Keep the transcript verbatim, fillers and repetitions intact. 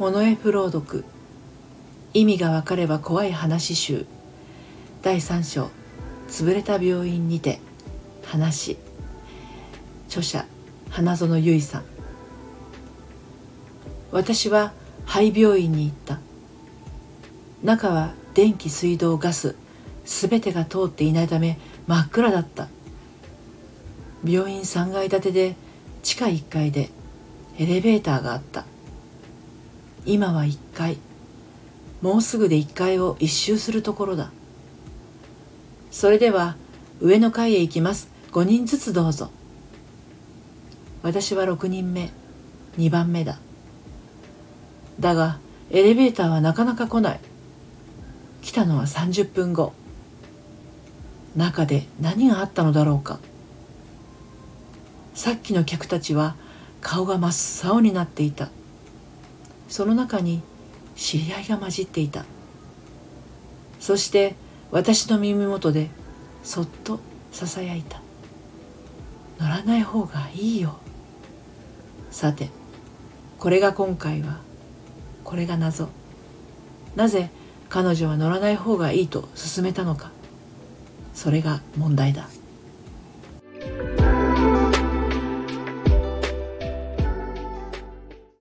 尾江不朗読、意味がわかれば怖い話集、だいさん章、潰れた病院にて話。著者花園結衣さん。私は廃病院に行った。中は電気、水道、ガスすべてが通っていないため真っ暗だった。病院さんがい建てで地下いっかいでエレベーターがあった。今はいっかい、もうすぐでいっかいを一周するところだ。それでは上の階へ行きます。ごにんずつどうぞ。私はろくにんめ、にばんめだ。だがエレベーターはなかなか来ない。来たのはさんじゅっぷんご。中で何があったのだろうか。さっきの客たちは顔が真っ青になっていた。その中に知り合いが混じっていた。そして私の耳元でそっとささやいた。乗らない方がいいよ。さて、これが今回は、これが謎。なぜ彼女は乗らない方がいいと勧めたのか。それが問題だ。